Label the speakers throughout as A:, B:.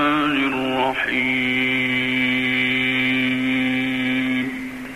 A: الرحمن الرحيم.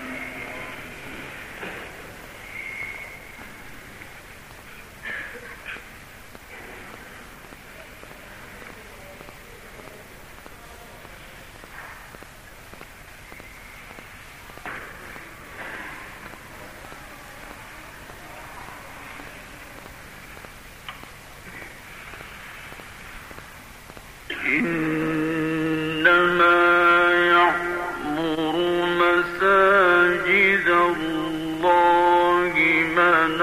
A: إنما يعمر مساجد الله من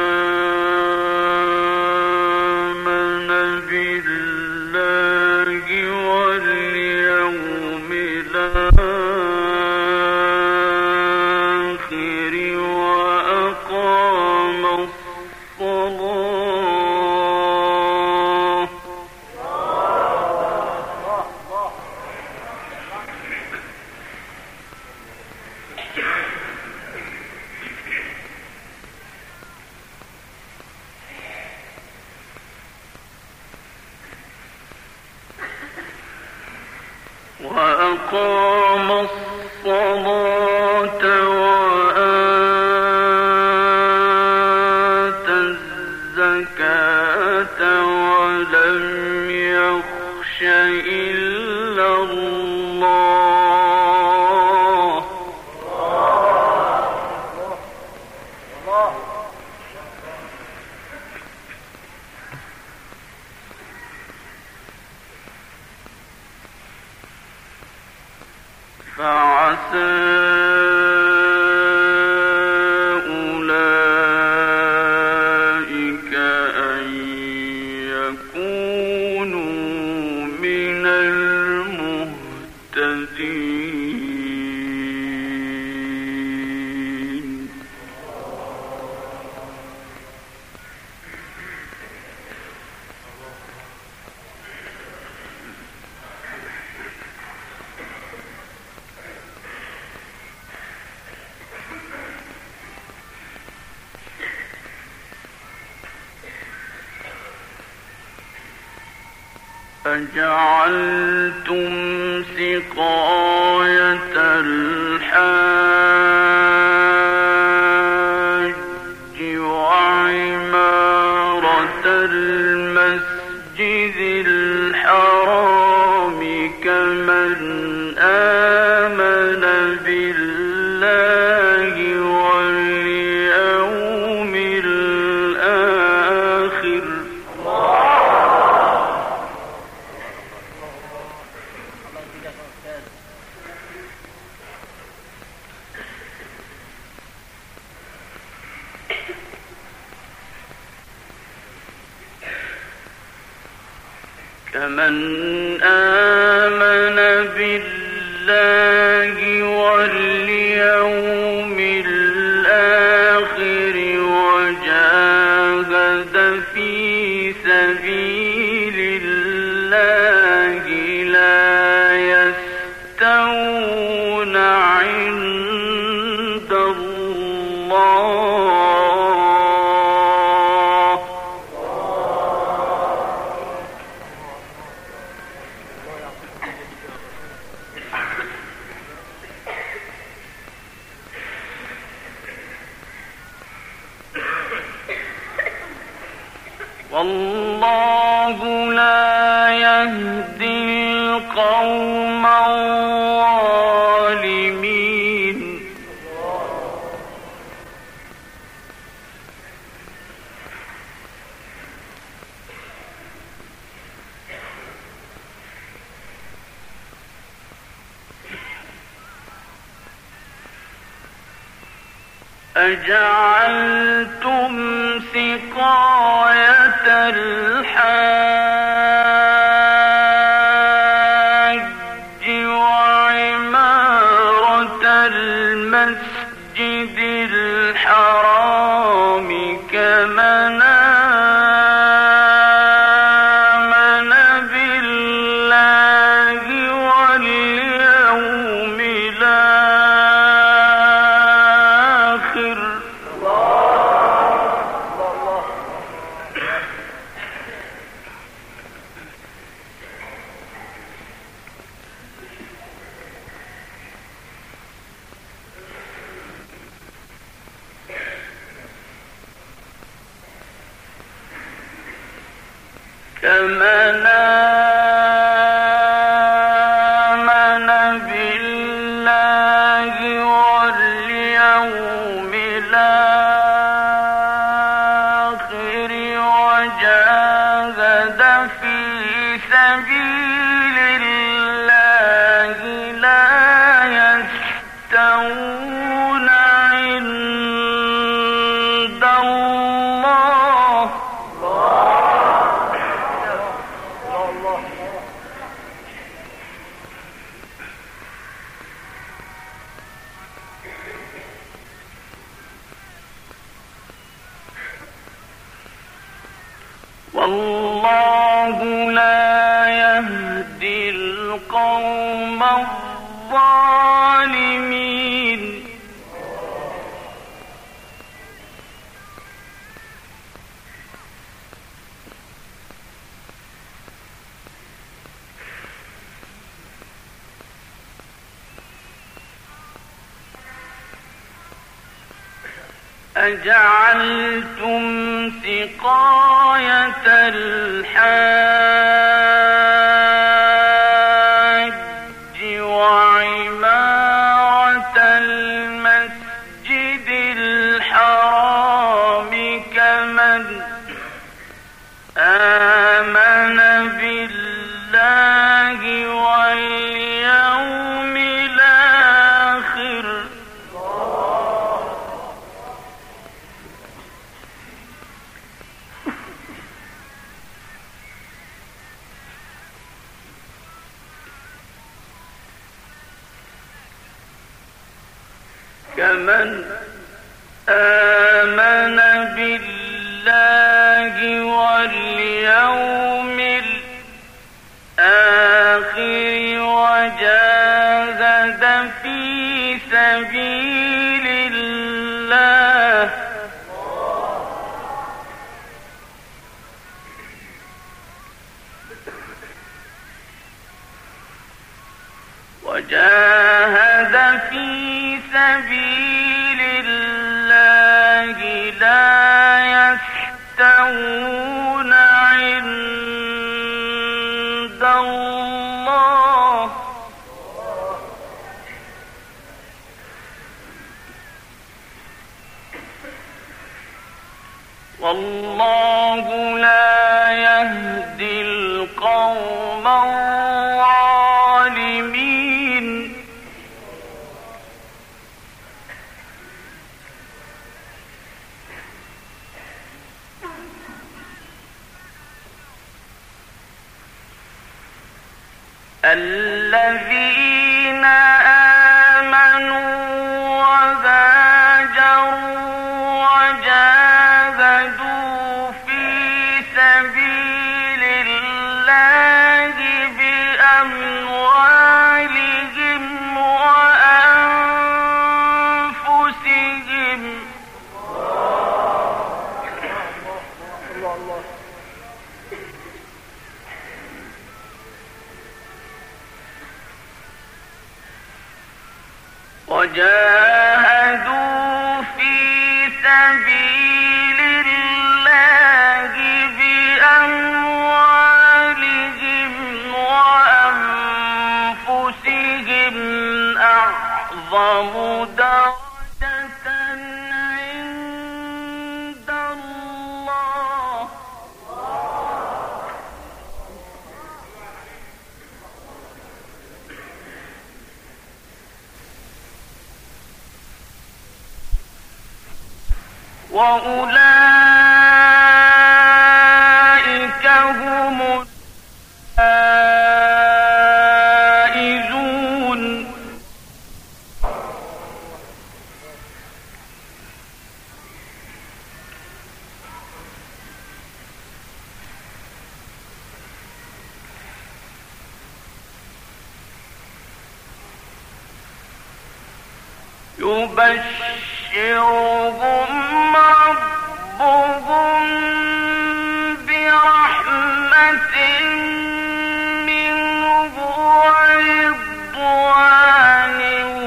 A: آمن بالله واليوم الآخر وأقام الصلاة وآتى الزكاة ولم يخش إلا الله فعسى أولئك أن يكونوا من المهتدين. أجعلتم سقاية الحاج وعمارة المسجد الحرام كمن آمن بالله واليوم الآخر كمن آمن بالله واليوم الآخر وجاهد في سبيل الله لا يستوون عند الله والله لا يهدي القوم الظالمين. أجعلتم سقاية الحاج وعمارة المسجد الحرام كمن آمن بالله واليوم الآخر كمن آمن بالله واليوم الآخر وجاهد في سبيل الله لا يستوون عند الله. والله لا يهدي القوم الظالمين. أجعلتم سقاية الحاج وعمارة المسجد الحرام كمن آمن بالله واليوم الآخر كمن آمن بالله واليوم الآخر وجاهد في سبيل الله لا يستوون عند الله. والله لا يهدي القوم الظالمين. الذين آمنوا وهاجروا وجاهدوا في سبيل الله بأموالهم وأنفسهم وجاهدوا في سبيل الله بأموالهم وأنفسهم أعظم درجة عند الله. وأولئك هم الفائزون. يبشرهم ربهم برحمة منه ورضوان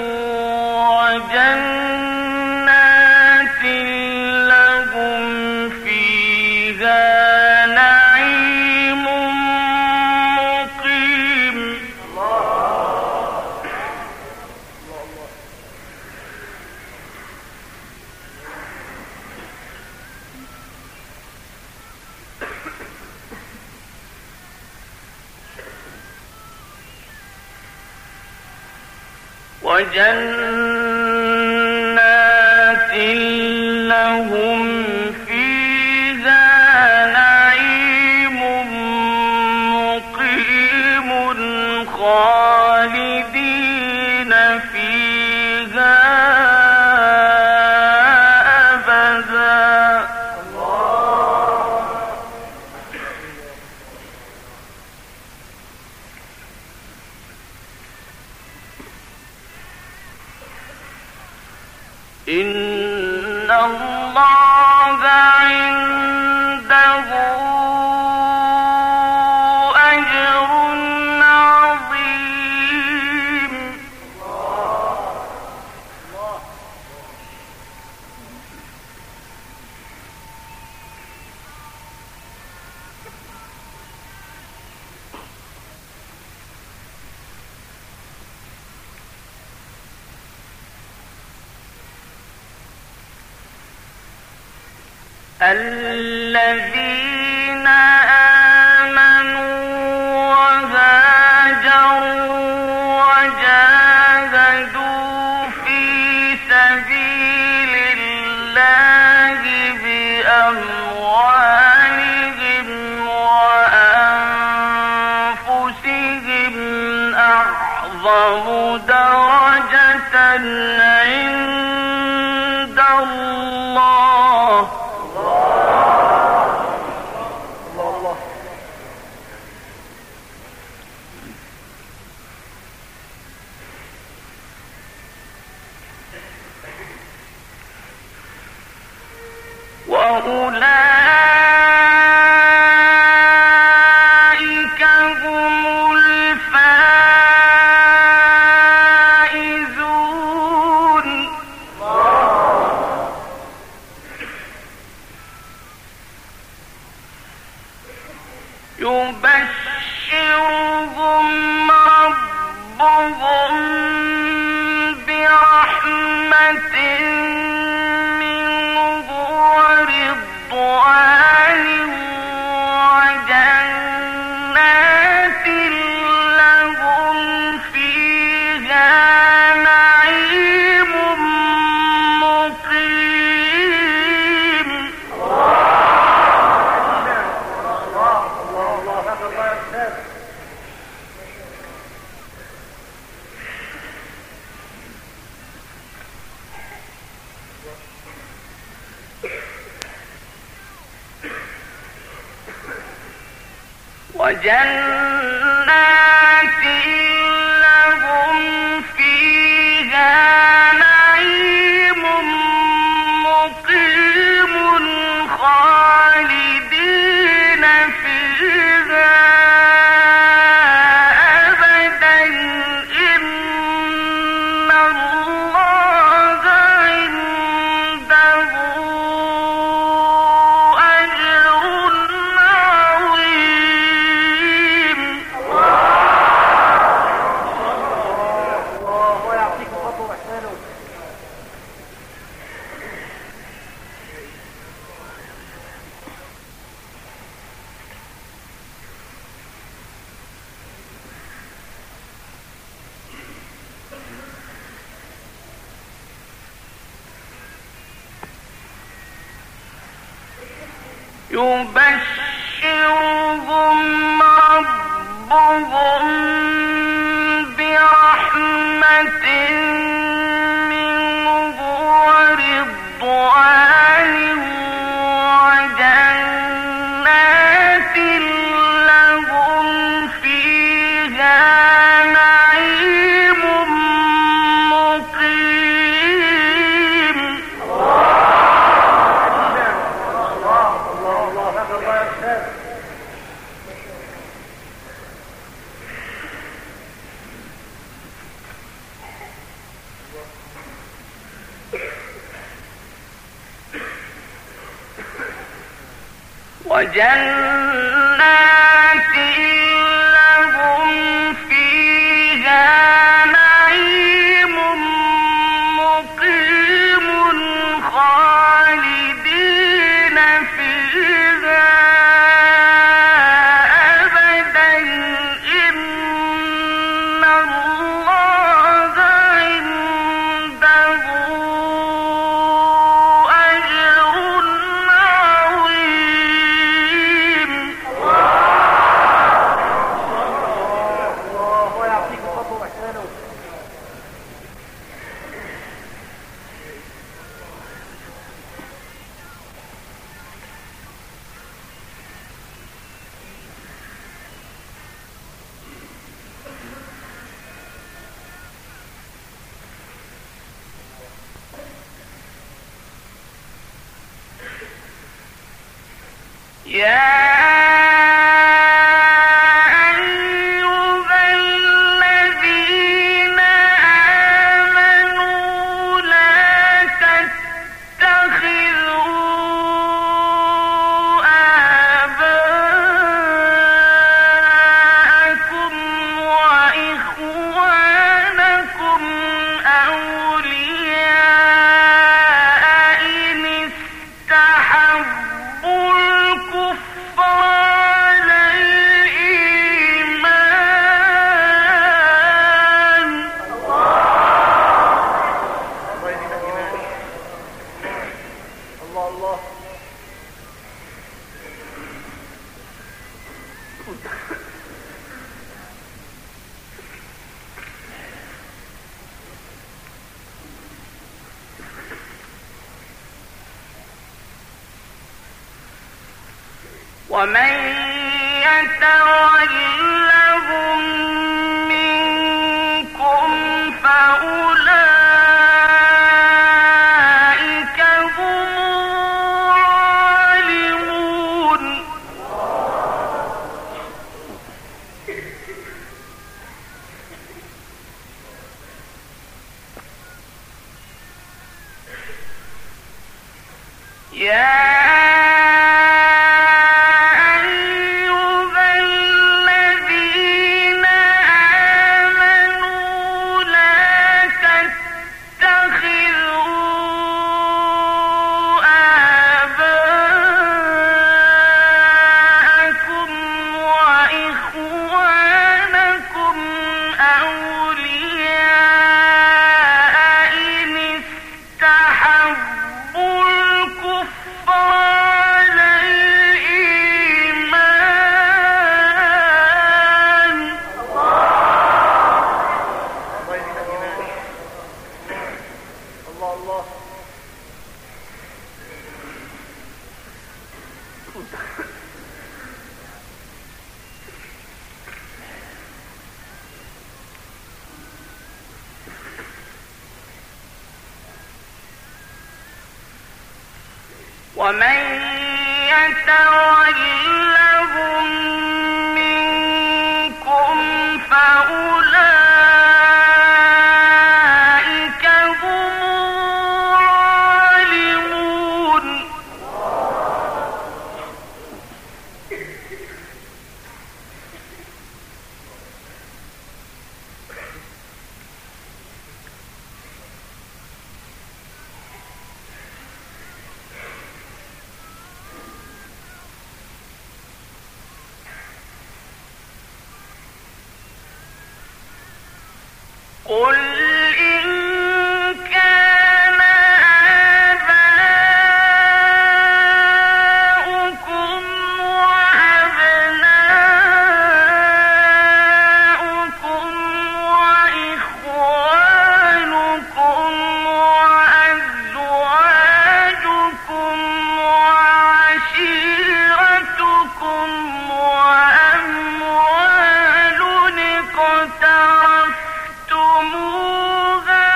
A: وجنات لهم فيها نعيم وجنات لهم فيها نعيم مقيم خالدين فيها أبدا. إن الله عنده أجر عظيم. الذين آمنوا وهاجروا وجاهدوا في سبيل الله بأموالهم وأنفسهم أعظم درجة عند الله. وأولئك هم الفائزون. يبشرهم ربهم برحمة منه ورضوان وجنات لهم فيها نعيم مقيم. وجنات لهم فيها نعيم مقيم خالدين فيها أبدا. إن الله عنده أجر عظيم. الله يعطيكم فضله وإحسانه. يبشرهم ربهم برحمة منه ورضوان وجنات لهم فيها نعيم مقيم. وجنات لهم فيها نعيم مقيم خالدين فيها أبدا. إن الله عنده ومن يتولهم منكم فأولئك هم الظالمون ومن يتولهم منكم فأولئك هم الظالمون قل إن كان آباؤكم وأبناؤكم وإخوانكم وأزواجكم وعشيرتكم وأموال اقترفتموها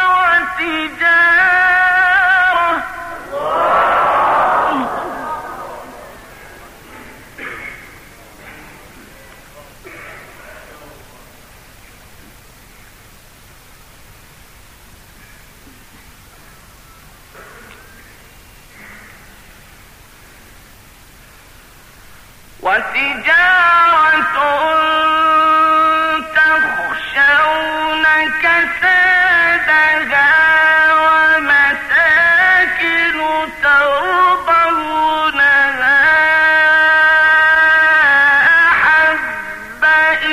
A: وتجارة تخشون كسادها ومساكن ترضونها أحب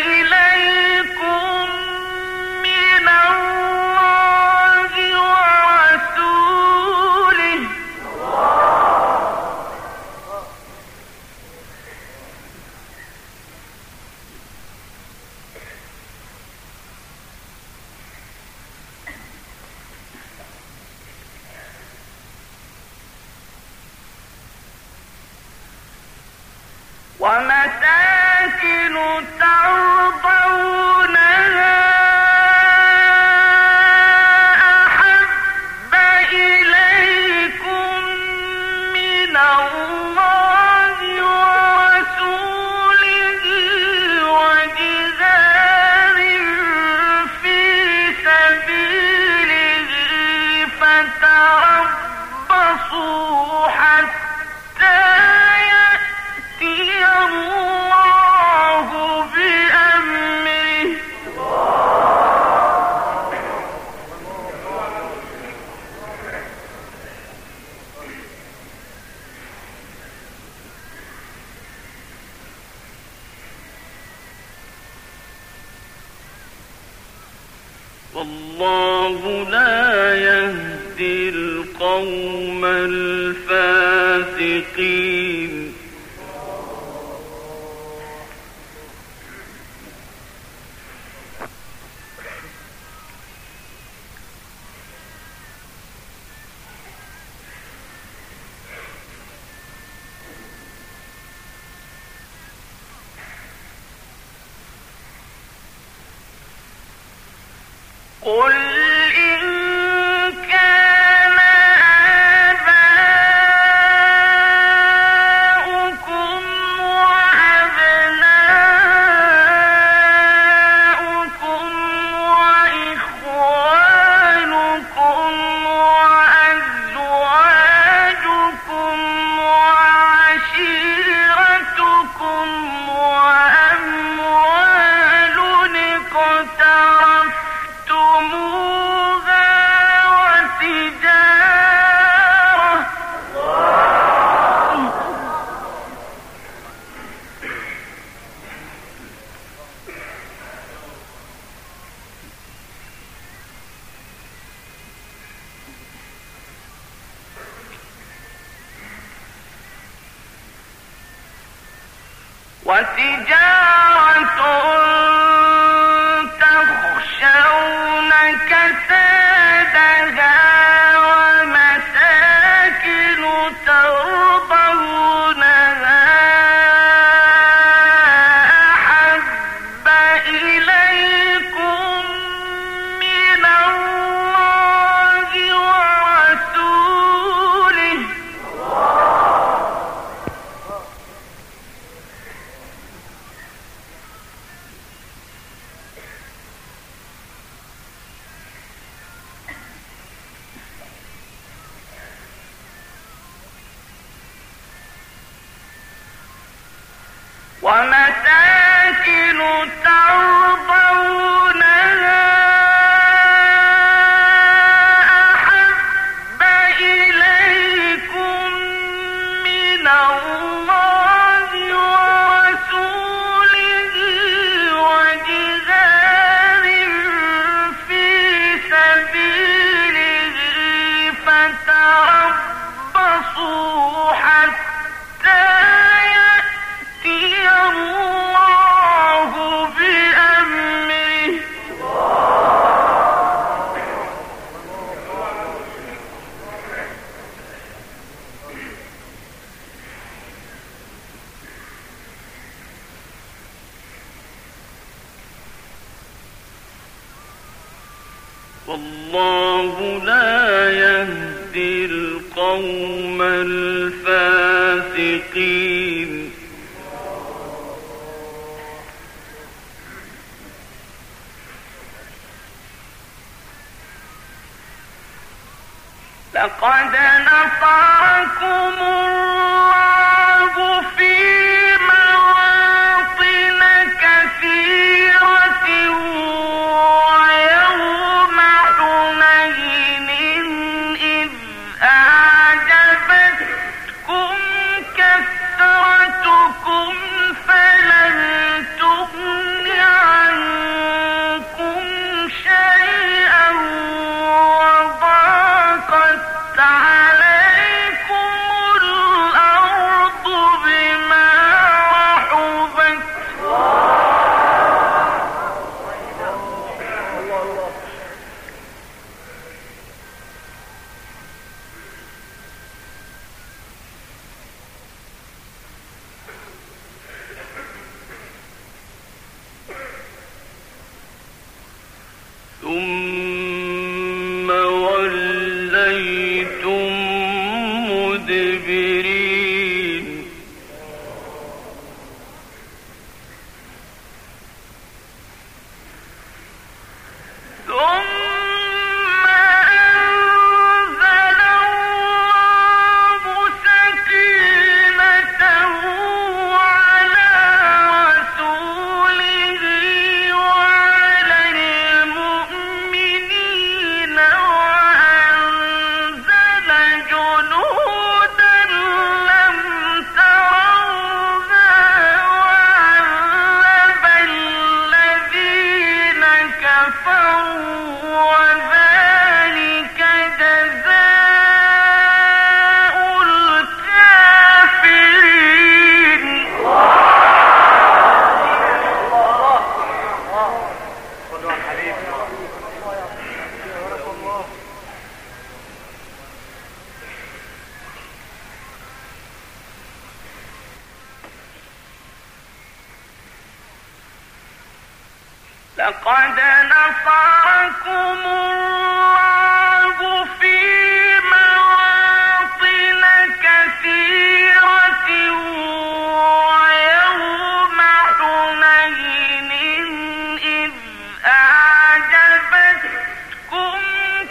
A: إليكم من الله ورسوله ومساكن ترضونها أحب إليكم من الله والله لا يهدي القوم الفاسقين. قل إن كان آباؤكم وأبناؤكم وإخوانكم وأزواجكم وعشيرتكم وأموال اقترفتموها وتجارة تخشون كسادها ومساكن ترضونها أحب إليكم من الله ورسوله ومساكن ترضونها أحب إليكم من الله ورسوله وجهاد في سبيله فتربصوا حتى يأتي الله بأمره والله لا يهدي القوم الفاسقين. لقد نصركم الله في مواطن كثيرة ويوم حنين إذ أعجبتكم كثرتكم فلن تغن عنكم شيئا وضاقت عليكم الأرض بما رحبت ثم وليتم مدبرين. ثم أنزل الله سكينته على رسوله وعلى المؤمنين لقد نصركم الله في مواطن كثيرة ويوم حنين إذ أعجبتكم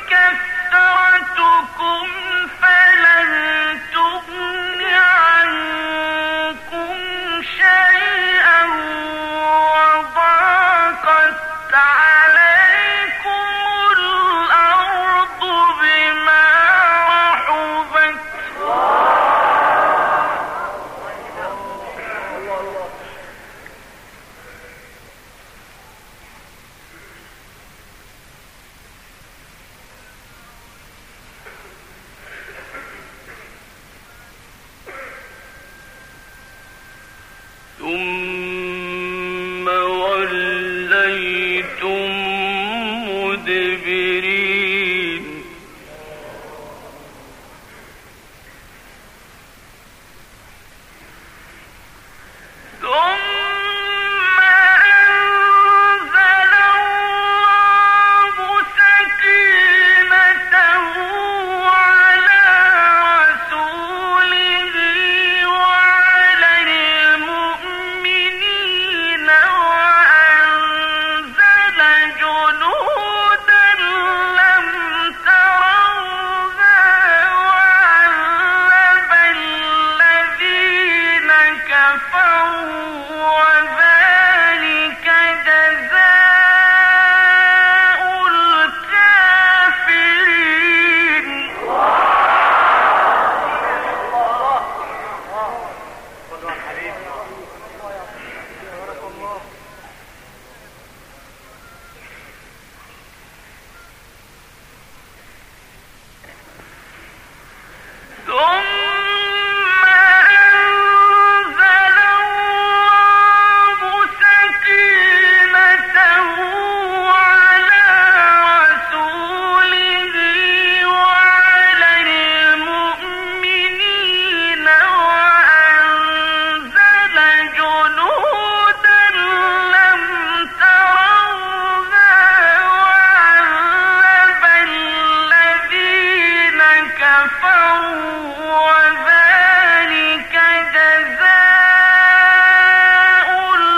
A: كثرتكم فلن تغن عنكم شيئا وضاقت عليكم الأرض بما رحبت ثم وليتم مدبرين ثم أنزل الله سكينته على رسوله وعلى المؤمنين وأنزل جنودا لم تروها وعذب الذين كفروا وذلك جزاء الكافرين ثم أنزل الله سكينته على رسوله وعلى المؤمنين وأنزل جنودا لم تروها وعذب الذين كفروا وذلك جزاء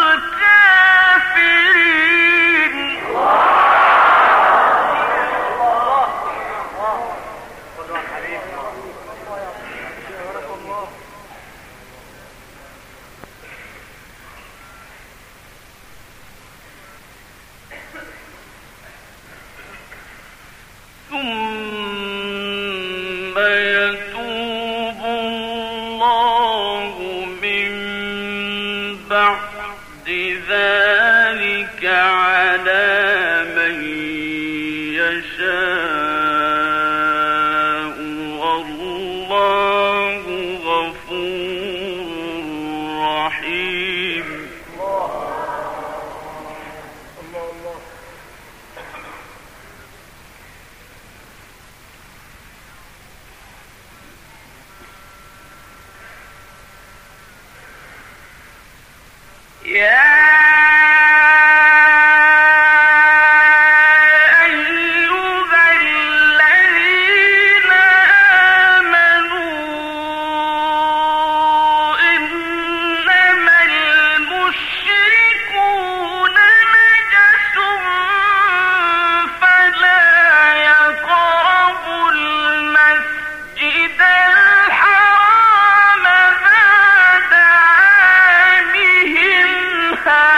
A: الكافرين ثم يتوب الله من بعد ذلك على من يشاء والله غفور رحيم يا أيها الذين آمنوا إنما المشركون نجس فلا يقربوا المسجد الحرام بعد عامهم هذا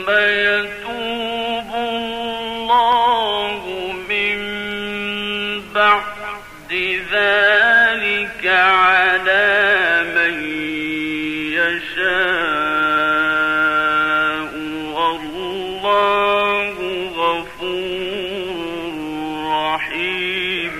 A: يتوب الله من بعد ذلك على من يشاء والله غفور رحيم.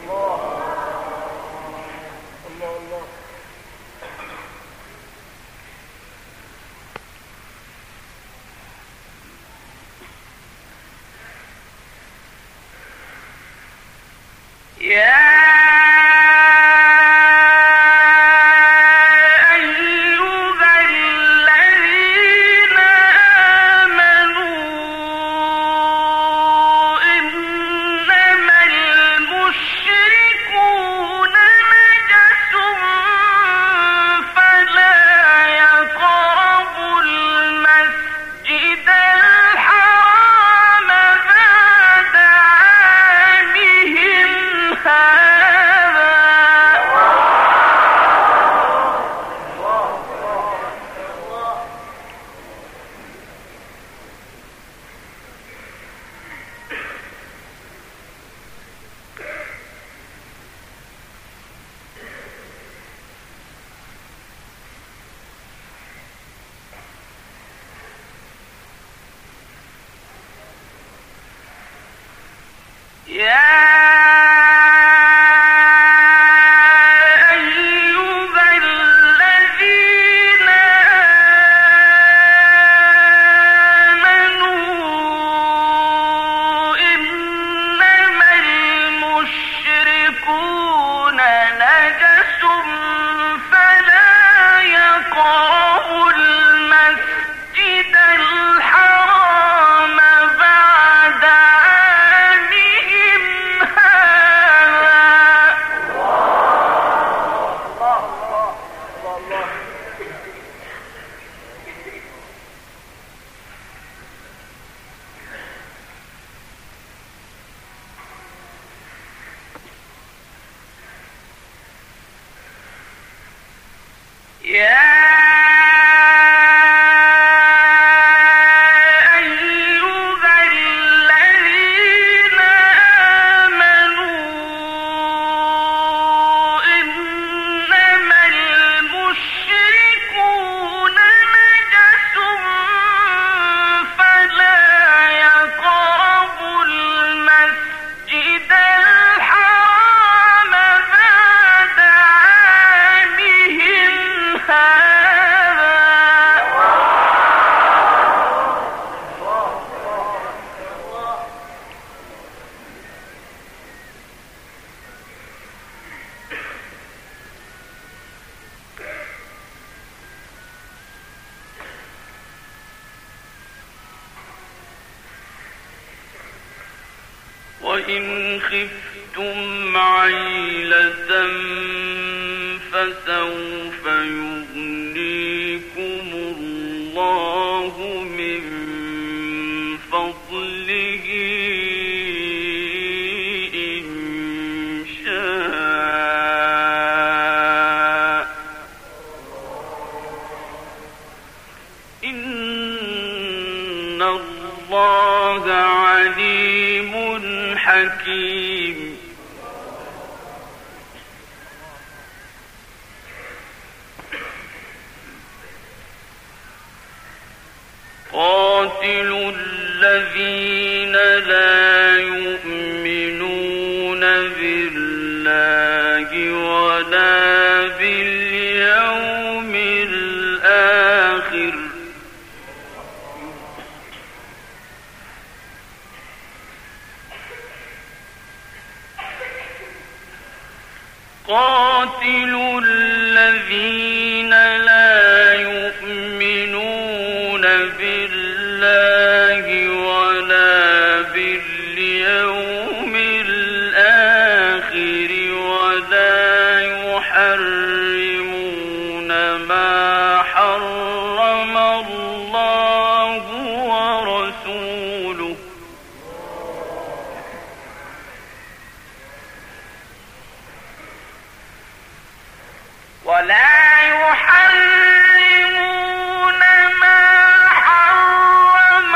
A: وإن خفتم عيلة فسوف يغنيكم الله من فضله إن شاء إن الله عليم حكيم. قاتلوا الذين لا يؤمنون بالله ولا باليوم الآخر قاتلوا الذين لا يؤمنون بالله ولا باليوم الآخر ولا يحرمون ما حرم الله ورسوله ولا يحرمون ما حرم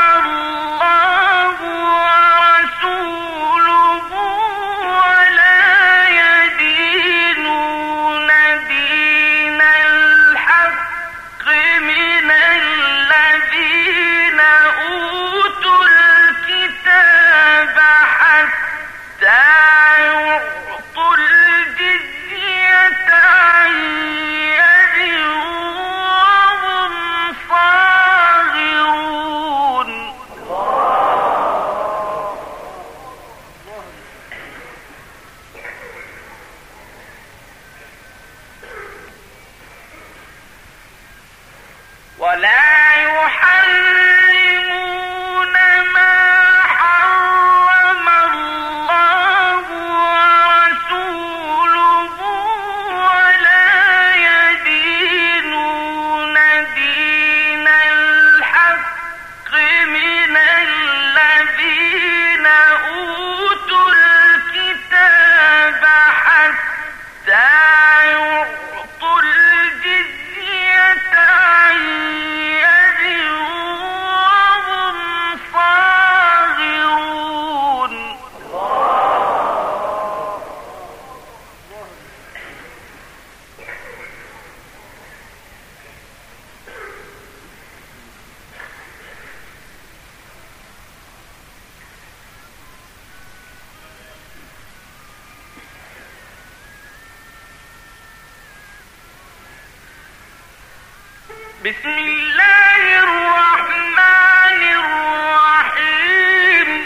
A: بسم الله الرحمن الرحيم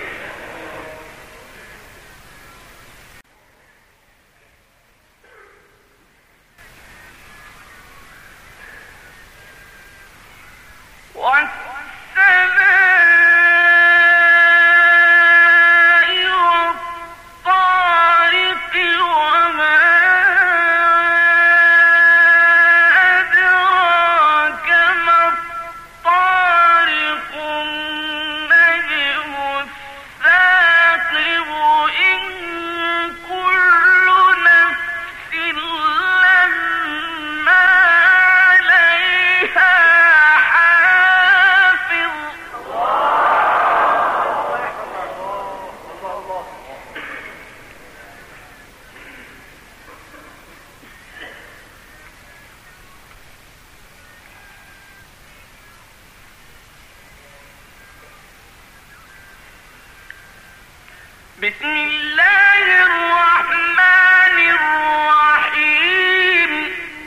A: بسم الله الرحمن الرحيم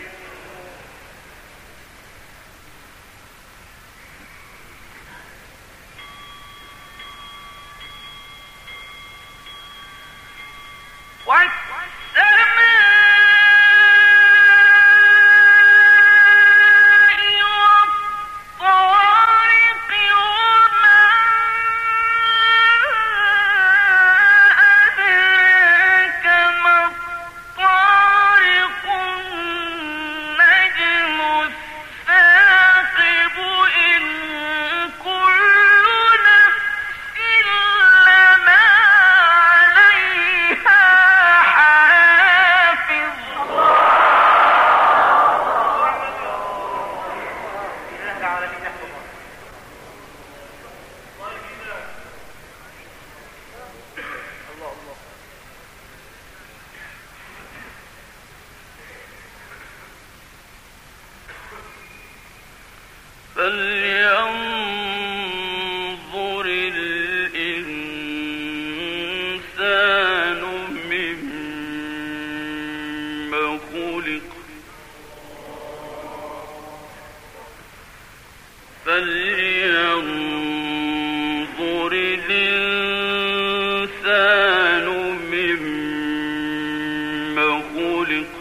A: فلينظر الإنسان مما خلق فلينظر الإنسان مما خلق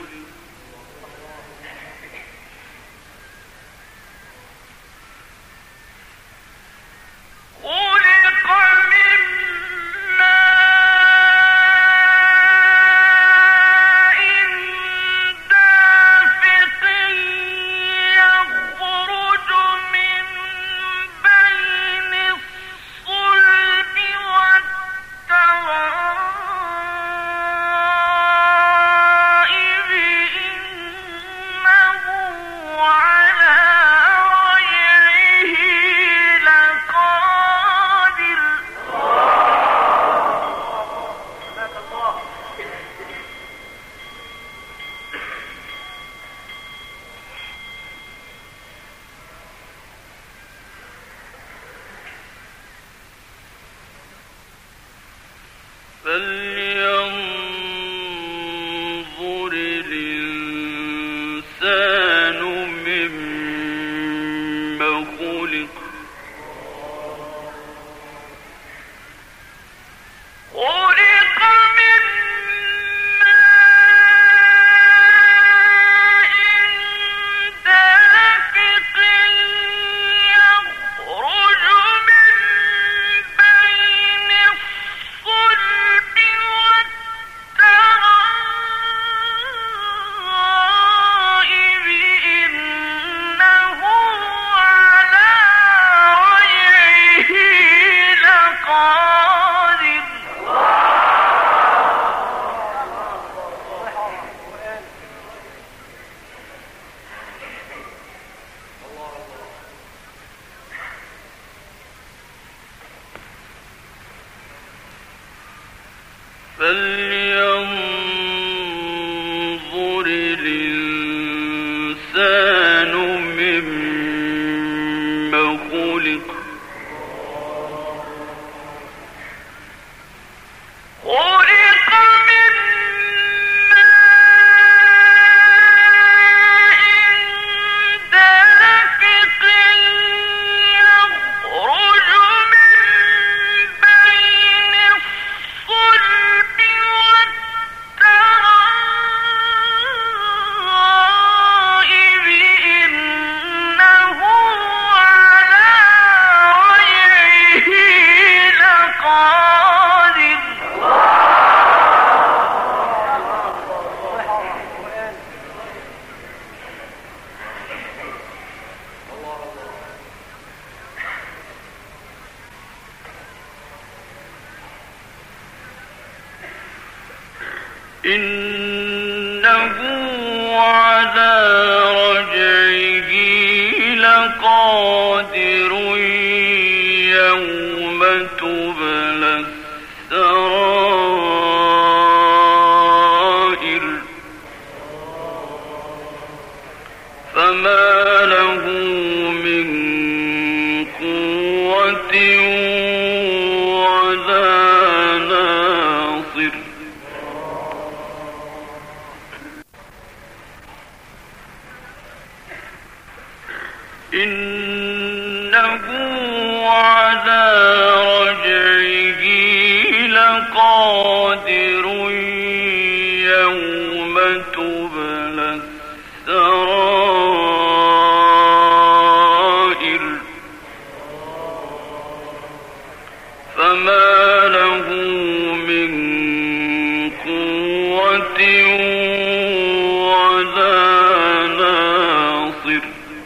A: فلينظر الإنسان مما خلق خلق من ماء دافق إنه على رجعه لقادر يوم تبلى السرائر فما له من قوة ولا ناصر إنه على رجعه لقادر يوم تبلى السرائر فما له من قوة ولا ناصر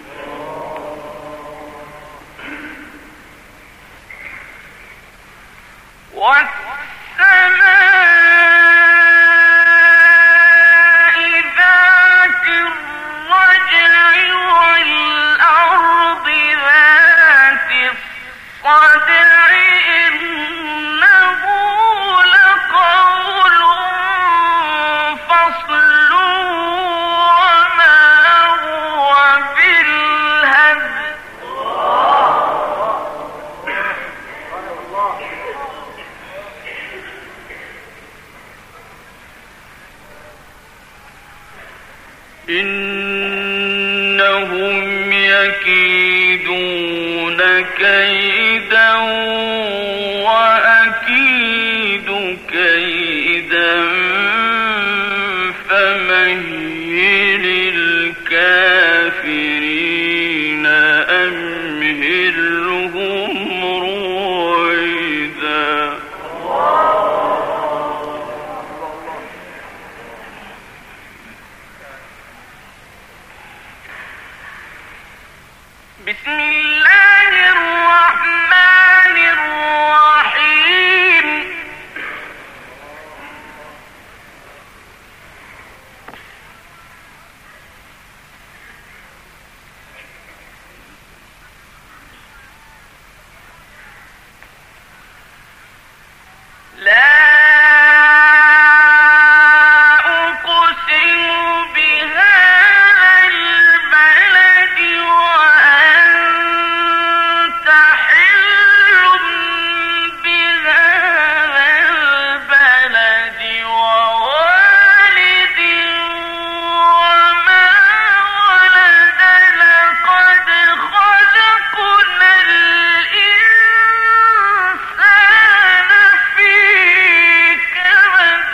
A: والسماء ذات الرجع والأرض ذات الصدع إنه لقول فصل وما هو بالهزل إنهم يكيدون كيدا وأكيد كيدا فمهل الكافرين أمهلهم رويدا بسم الله الرحمن الرحيم لا أقسم بهذا البلد وأنت حل بهذا البلد ووالد وما ولد لقد خلقنا الإنسان في كبد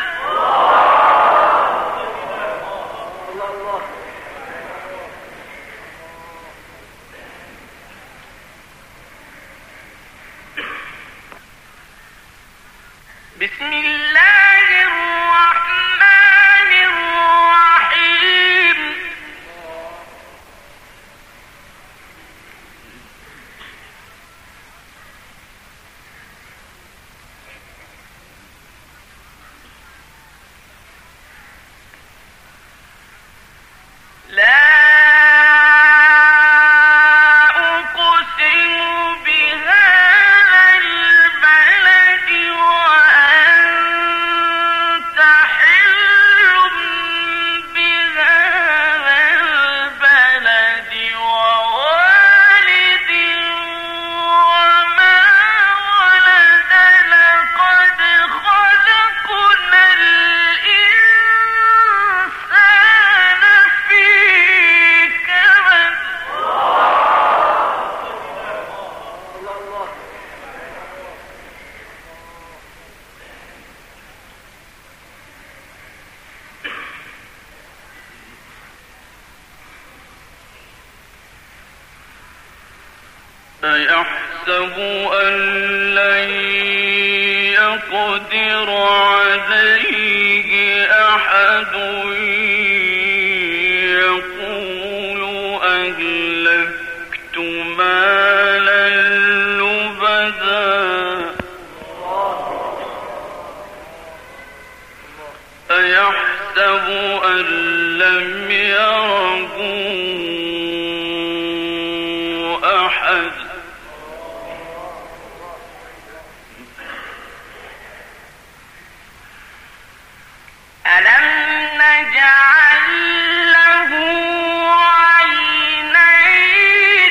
A: بسم الله الرحمن الرحيم لا أقسم بهذا البلد وأنت حل بهذا البلد ووالد وما ولد لقد خلقنا الإنسان في كبد أيحسب أن لن يقدر عليه أحد يقول أهلكت مالا لبدا أيحسب يحسب أن لم يره أحد
B: ألم نجعل له عينين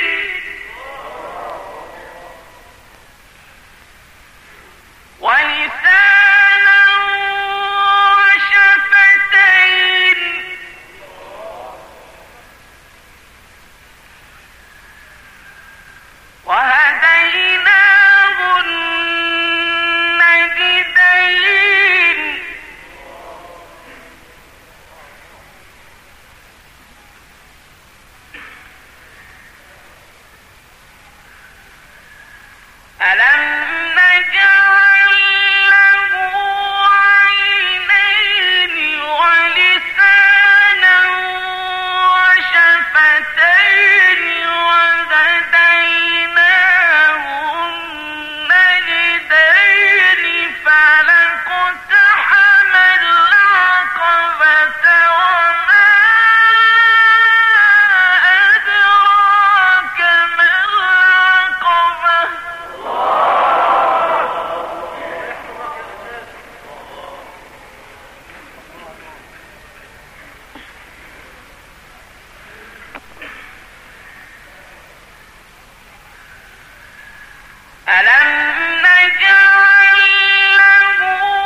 B: ولسانا وشفتين وهديناه النجدين ألم نجعل له عينين ولسانا وشفتين وهديناه النجدين فلاقتحم العقبة وما أدراك ما العقبة ألم نجعل له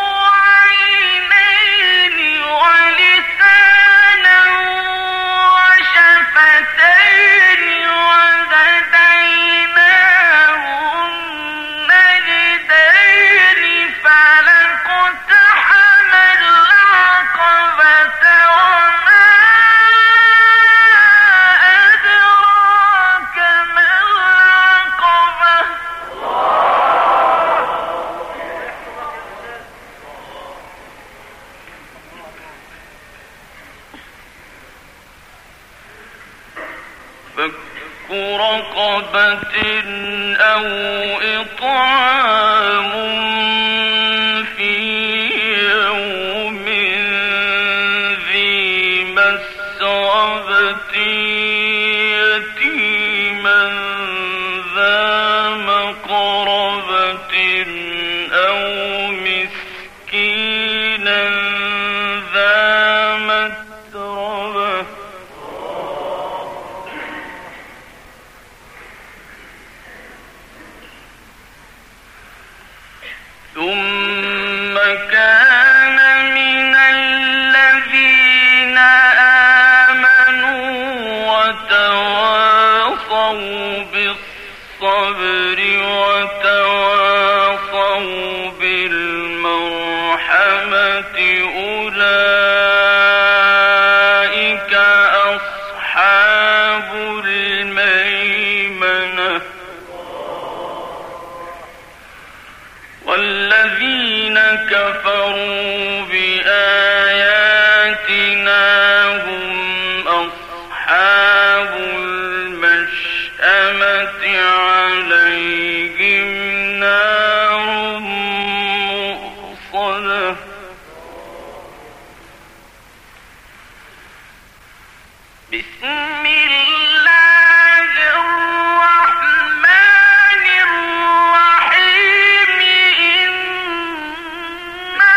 B: عينين ولسانا وشفتين وهديناه النجدين فلاقتحم العقبة وما أدراك ما العقبة
A: فك رقبة أو إطعام في يوم ذي مسغبة يتيما ذا مقربة أو مسكينا ذا متربة ثم كان من الذين آمنوا وتواصوا بالصبر وتواصوا بالمرحمة أولئك أصحاب الميمنة والذين كفروا بآياتنا هم أصحاب المشأمة عليهم نار مؤصدة بسم الله الرحمن الرحيم إنا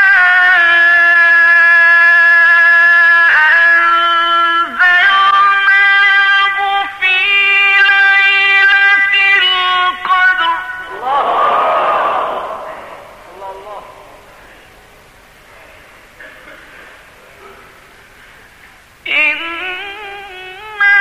A: أنزلناه في ليلة القدر إنا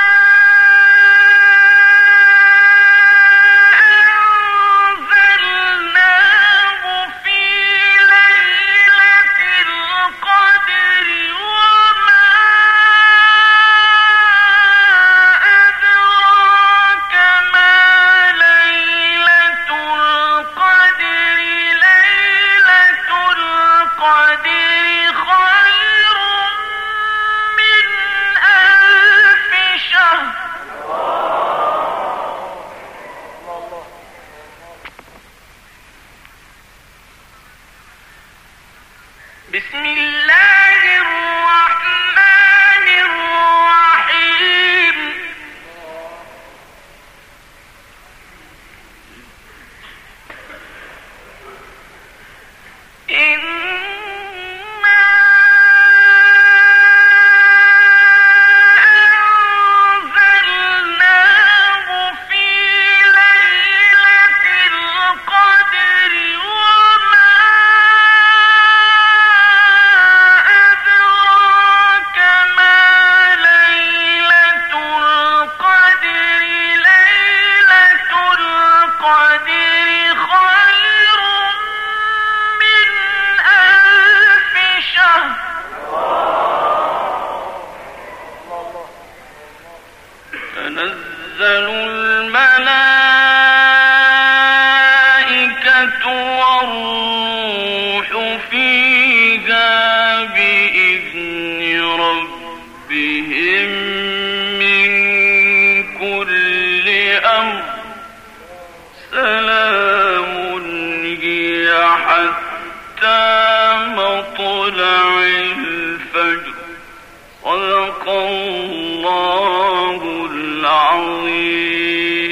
A: مطلع الفجر. صدق الله العظيم.